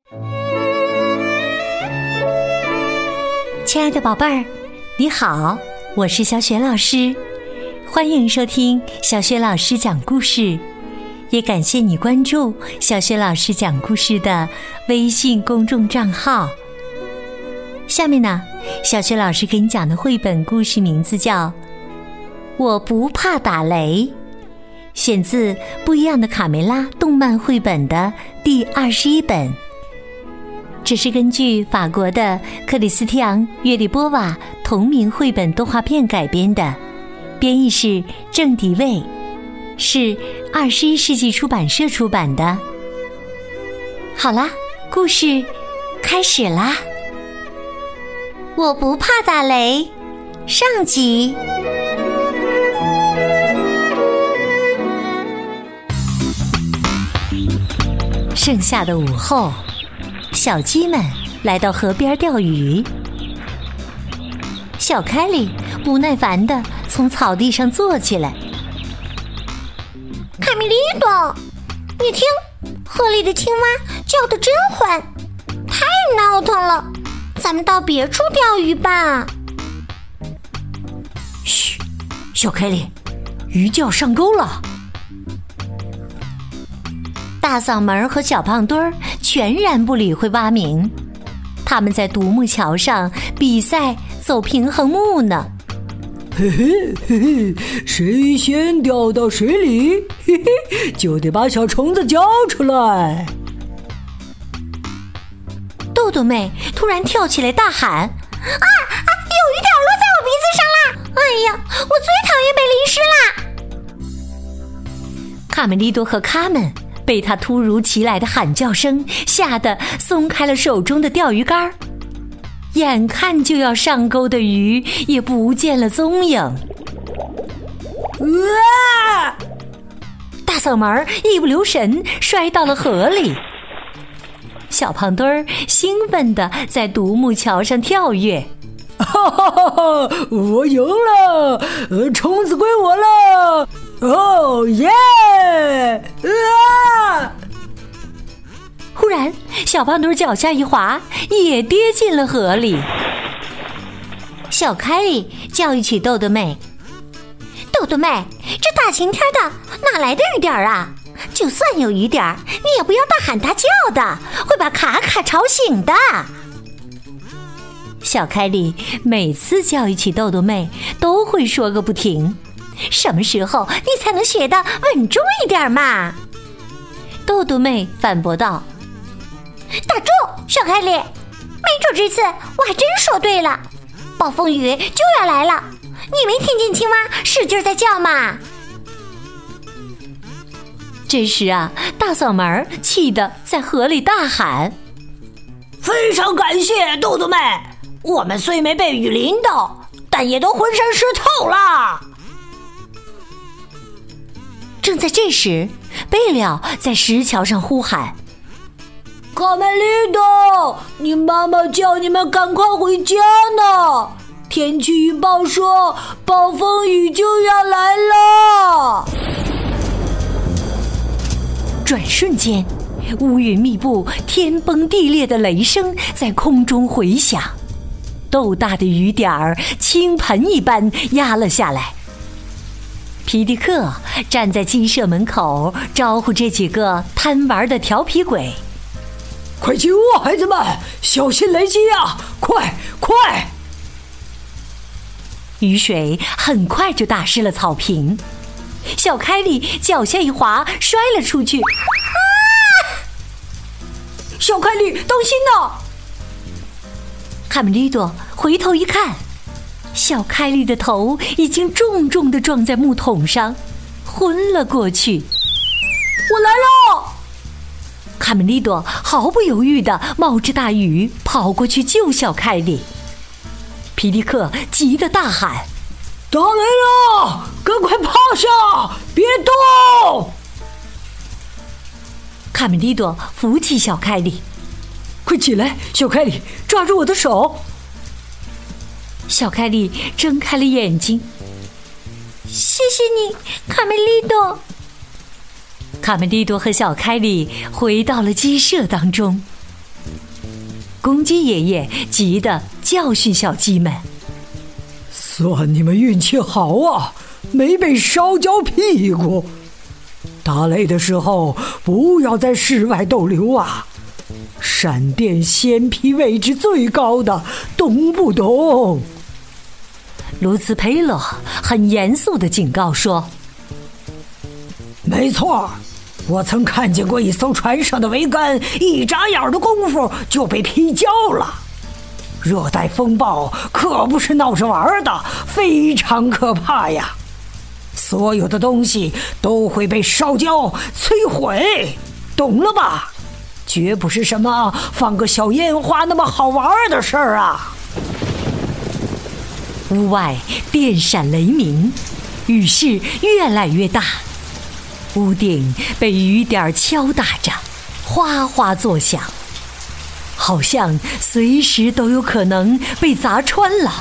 亲爱的宝贝儿，你好，我是小雪老师，欢迎收听小雪老师讲故事，也感谢你关注小雪老师讲故事的微信公众账号。下面呢，小雪老师给你讲的绘本故事名字叫《我不怕打雷》，选自《不一样的卡梅拉》动漫绘本的第21本。这是根据法国的克里斯蒂昂·约里波瓦同名绘本动画片改编的，编译是郑迪卫，是21世纪出版社出版的。好啦，故事开始啦！我不怕打雷，上集。盛夏的午后，小鸡们来到河边钓鱼。小凯莉不耐烦地从草地上坐起来。 卡米利多，你听，河里的青蛙叫得真欢，太闹腾了，咱们到别处钓鱼吧。 嘘，小凯莉，鱼就要上钩了。大嗓门和小胖墩儿全然不理会蛙鸣，他们在独木桥上比赛走平衡木呢。 嘿嘿嘿嘿，谁先掉到水里，嘿嘿，就得把小虫子交出来。 豆豆妹突然跳起来大喊：啊！ 有雨点落在我鼻子上啦！哎呀，我最讨厌被淋湿啦！ 卡梅利多和卡门被他突如其来的喊叫声吓得松开了手中的钓鱼竿，眼看就要上钩的鱼也不见了踪影。大嗓门一不留神摔到了河里。小胖墩儿兴奋地在独木桥上跳跃。 哈哈哈哈！我赢了，虫子归我了！哦耶！ 忽然，小胖墩脚下一滑，也跌进了河里。小凯莉教育起豆豆妹：“ 豆豆妹，这大晴天的，哪来的雨点啊？就算有雨点，你也不要大喊大叫的，会把卡卡吵醒的。” 小凯莉每次教育起豆豆妹，都会说个不停。 什么时候你才能学得稳重一点嘛？ 豆豆妹反驳道。 打住，小凯莉，没准这次我还真说对了，暴风雨就要来了，你没听见青蛙使劲在叫吗？ 这时啊，大嗓门气得在河里大喊： 非常感谢豆豆妹，我们虽没被雨淋到，但也都浑身湿透了。 正在这时，贝利奥在石桥上呼喊： 卡梅利多，你妈妈叫你们赶快回家呢，天气预报说暴风雨就要来了。 转瞬间，乌云密布，天崩地裂的雷声在空中回响，豆大的雨点儿倾盆一般压了下来。皮迪克站在鸡舍门口招呼这几个贪玩的调皮鬼： 快进屋，孩子们，小心雷击啊！快快！ 雨水很快就打湿了草坪，小凯莉脚下一滑，摔了出去。 小凯莉，当心呐！ 卡梅利多回头一看，小凯莉的头已经重重地撞在木桶上，昏了过去。 我来了！ 卡梅利多毫不犹豫地冒着大雨跑过去救小凯莉。皮迪克急得大喊： 打雷了，赶快趴下，别动！ 卡梅利多扶起小凯莉： 快起来，小凯莉，抓住我的手！ 小凯莉睁开了眼睛。 谢谢你，卡梅利多。 卡梅利多和小凯莉回到了鸡舍当中。 公鸡爷爷急得教训小鸡们： 算你们运气好啊，没被烧焦屁股。打雷的时候不要在室外逗留啊，闪电先劈位置最高的，懂不懂？ 卢茨佩洛很严肃地警告说： 没错，我曾看见过一艘船上的桅杆，一眨眼的功夫就被劈焦了。热带风暴可不是闹着玩的，非常可怕呀！所有的东西都会被烧焦、摧毁，懂了吧？绝不是什么放个小烟花那么好玩的事儿啊！ 屋外电闪雷鸣，雨势越来越大，屋顶被雨点敲打着，哗哗作响，好像随时都有可能被砸穿了。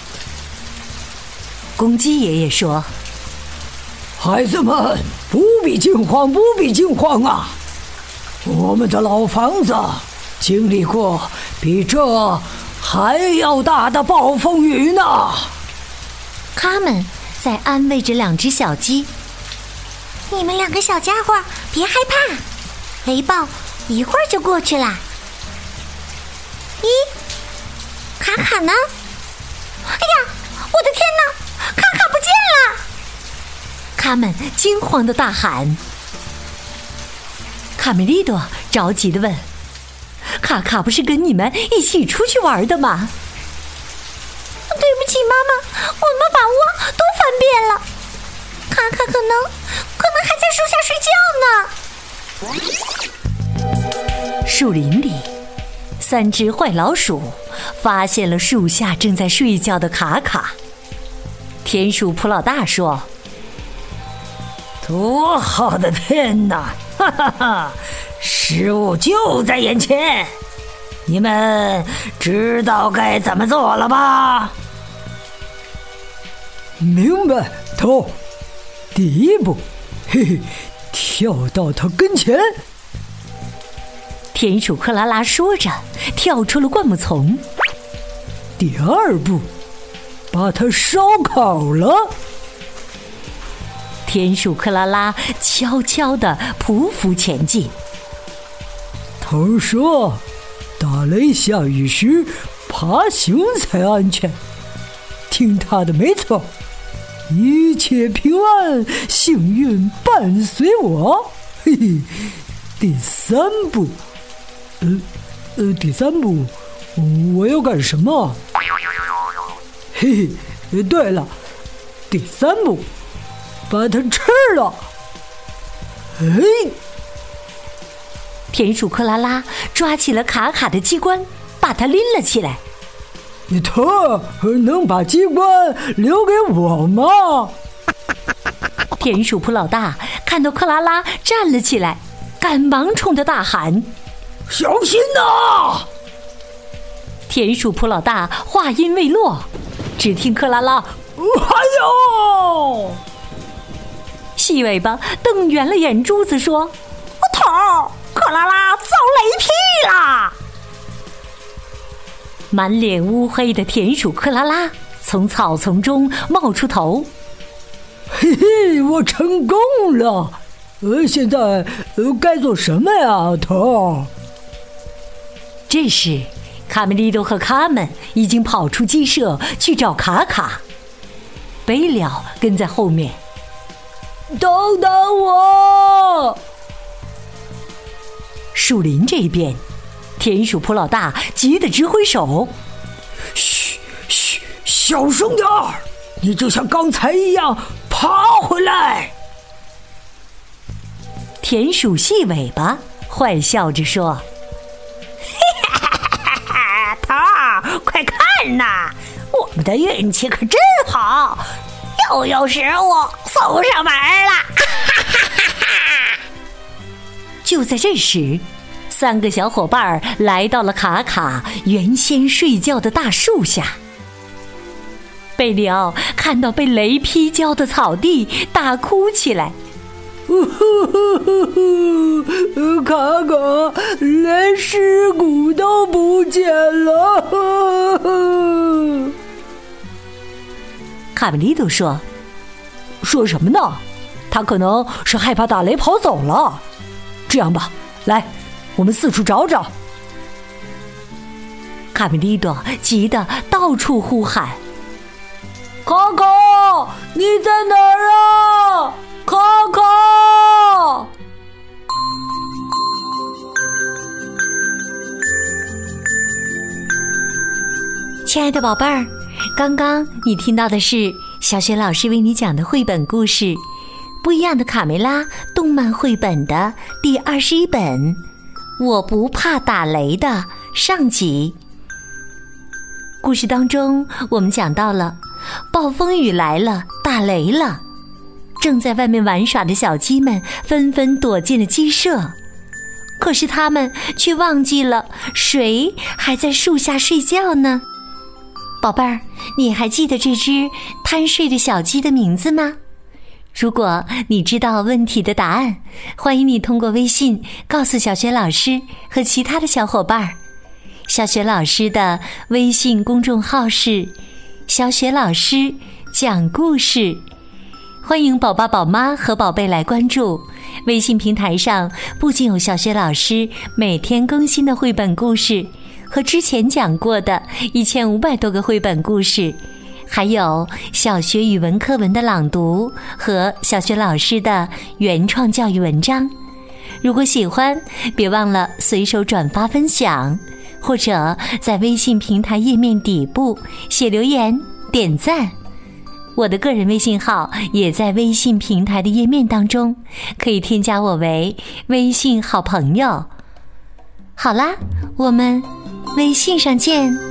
公鸡爷爷说： 孩子们，不必惊慌，不必惊慌啊！我们的老房子经历过比这还要大的暴风雨呢。 他们在安慰着2只小鸡：你们2个小家伙别害怕，雷暴一会儿就过去啦。咦，卡卡呢？哎呀，我的天哪，卡卡不见了！ 他们惊慌地大喊。卡梅利多着急地问：卡卡不是跟你们一起出去玩的吗？ 对不起，妈妈，我们把窝都翻遍了。卡卡可能还在树下睡觉呢。 树林里，3只坏老鼠发现了树下正在睡觉的卡卡。田鼠普老大说： 多好的天哪！哈哈哈，食物就在眼前，你们知道该怎么做了吧？明白，头。第一步，嘿嘿，跳到他跟前。 田鼠克拉拉说着，跳出了灌木丛。 第2步，把它烧烤了。 田鼠克拉拉悄悄地匍匐前进。 头说，打雷下雨时爬行才安全，听他的没错，一切平安，幸运伴随我。嘿嘿，第3步，第3步，我要干什么？嘿嘿，对了，第3步，把它吃了。哎， 田鼠克拉拉抓起了卡卡的鸡冠，把它拎了起来。 头能把鸡冠留给我吗？ 田鼠普老大看到克拉拉站了起来，赶忙冲他大喊： 小心呐！ 田鼠普老大话音未落，只听克拉拉哎呦！ 细尾巴瞪圆了眼珠子说： 头儿，克拉拉遭雷劈啦！ 满脸乌黑的田鼠克拉拉从草丛中冒出头。 嘿嘿，我成功了！现在该做什么呀，头？ 这时，卡梅利多和卡门已经跑出鸡舍去找卡卡，贝了跟在后面。 等等我！ 树林这边，田鼠普老大急得直挥手： 嘘嘘，小声点儿！你就像刚才一样爬回来。 田鼠细尾巴坏笑着说： 头儿，快看呐，我们的运气可真好，又有食物送上门了。 就在这时，3个小伙伴来到了卡卡原先睡觉的大树下。贝里奥看到被雷劈焦的草地，大哭起来。 看看，连尸骨都不见了。 卡梅利多说：“ 说什么呢？他可能是害怕打雷跑走了。这样吧，来，我们四处找找。” 卡梅利多急得到处呼喊：“ 卡卡，你在哪儿啊？卡卡！” 亲爱的宝贝儿，刚刚你听到的是小雪老师为你讲的绘本故事《不一样的卡梅拉》动漫绘本的第21本《我不怕打雷》的上集。故事当中，我们讲到了暴风雨来了，打雷了，正在外面玩耍的小鸡们纷纷躲进了鸡舍，可是他们却忘记了谁还在树下睡觉呢？宝贝儿，你还记得这只贪睡的小鸡的名字吗？如果你知道问题的答案，欢迎你通过微信告诉小雪老师和其他的小伙伴。小雪老师的微信公众号是小雪老师讲故事，欢迎宝爸宝妈和宝贝来关注。微信平台上不仅有小雪老师每天更新的绘本故事和之前讲过的1500多个绘本故事，还有小学语文课文的朗读和小学老师的原创教育文章。如果喜欢，别忘了随手转发分享，或者在微信平台页面底部写留言点赞。我的个人微信号也在微信平台的页面当中，可以添加我为微信好朋友。好啦，我们微信上见。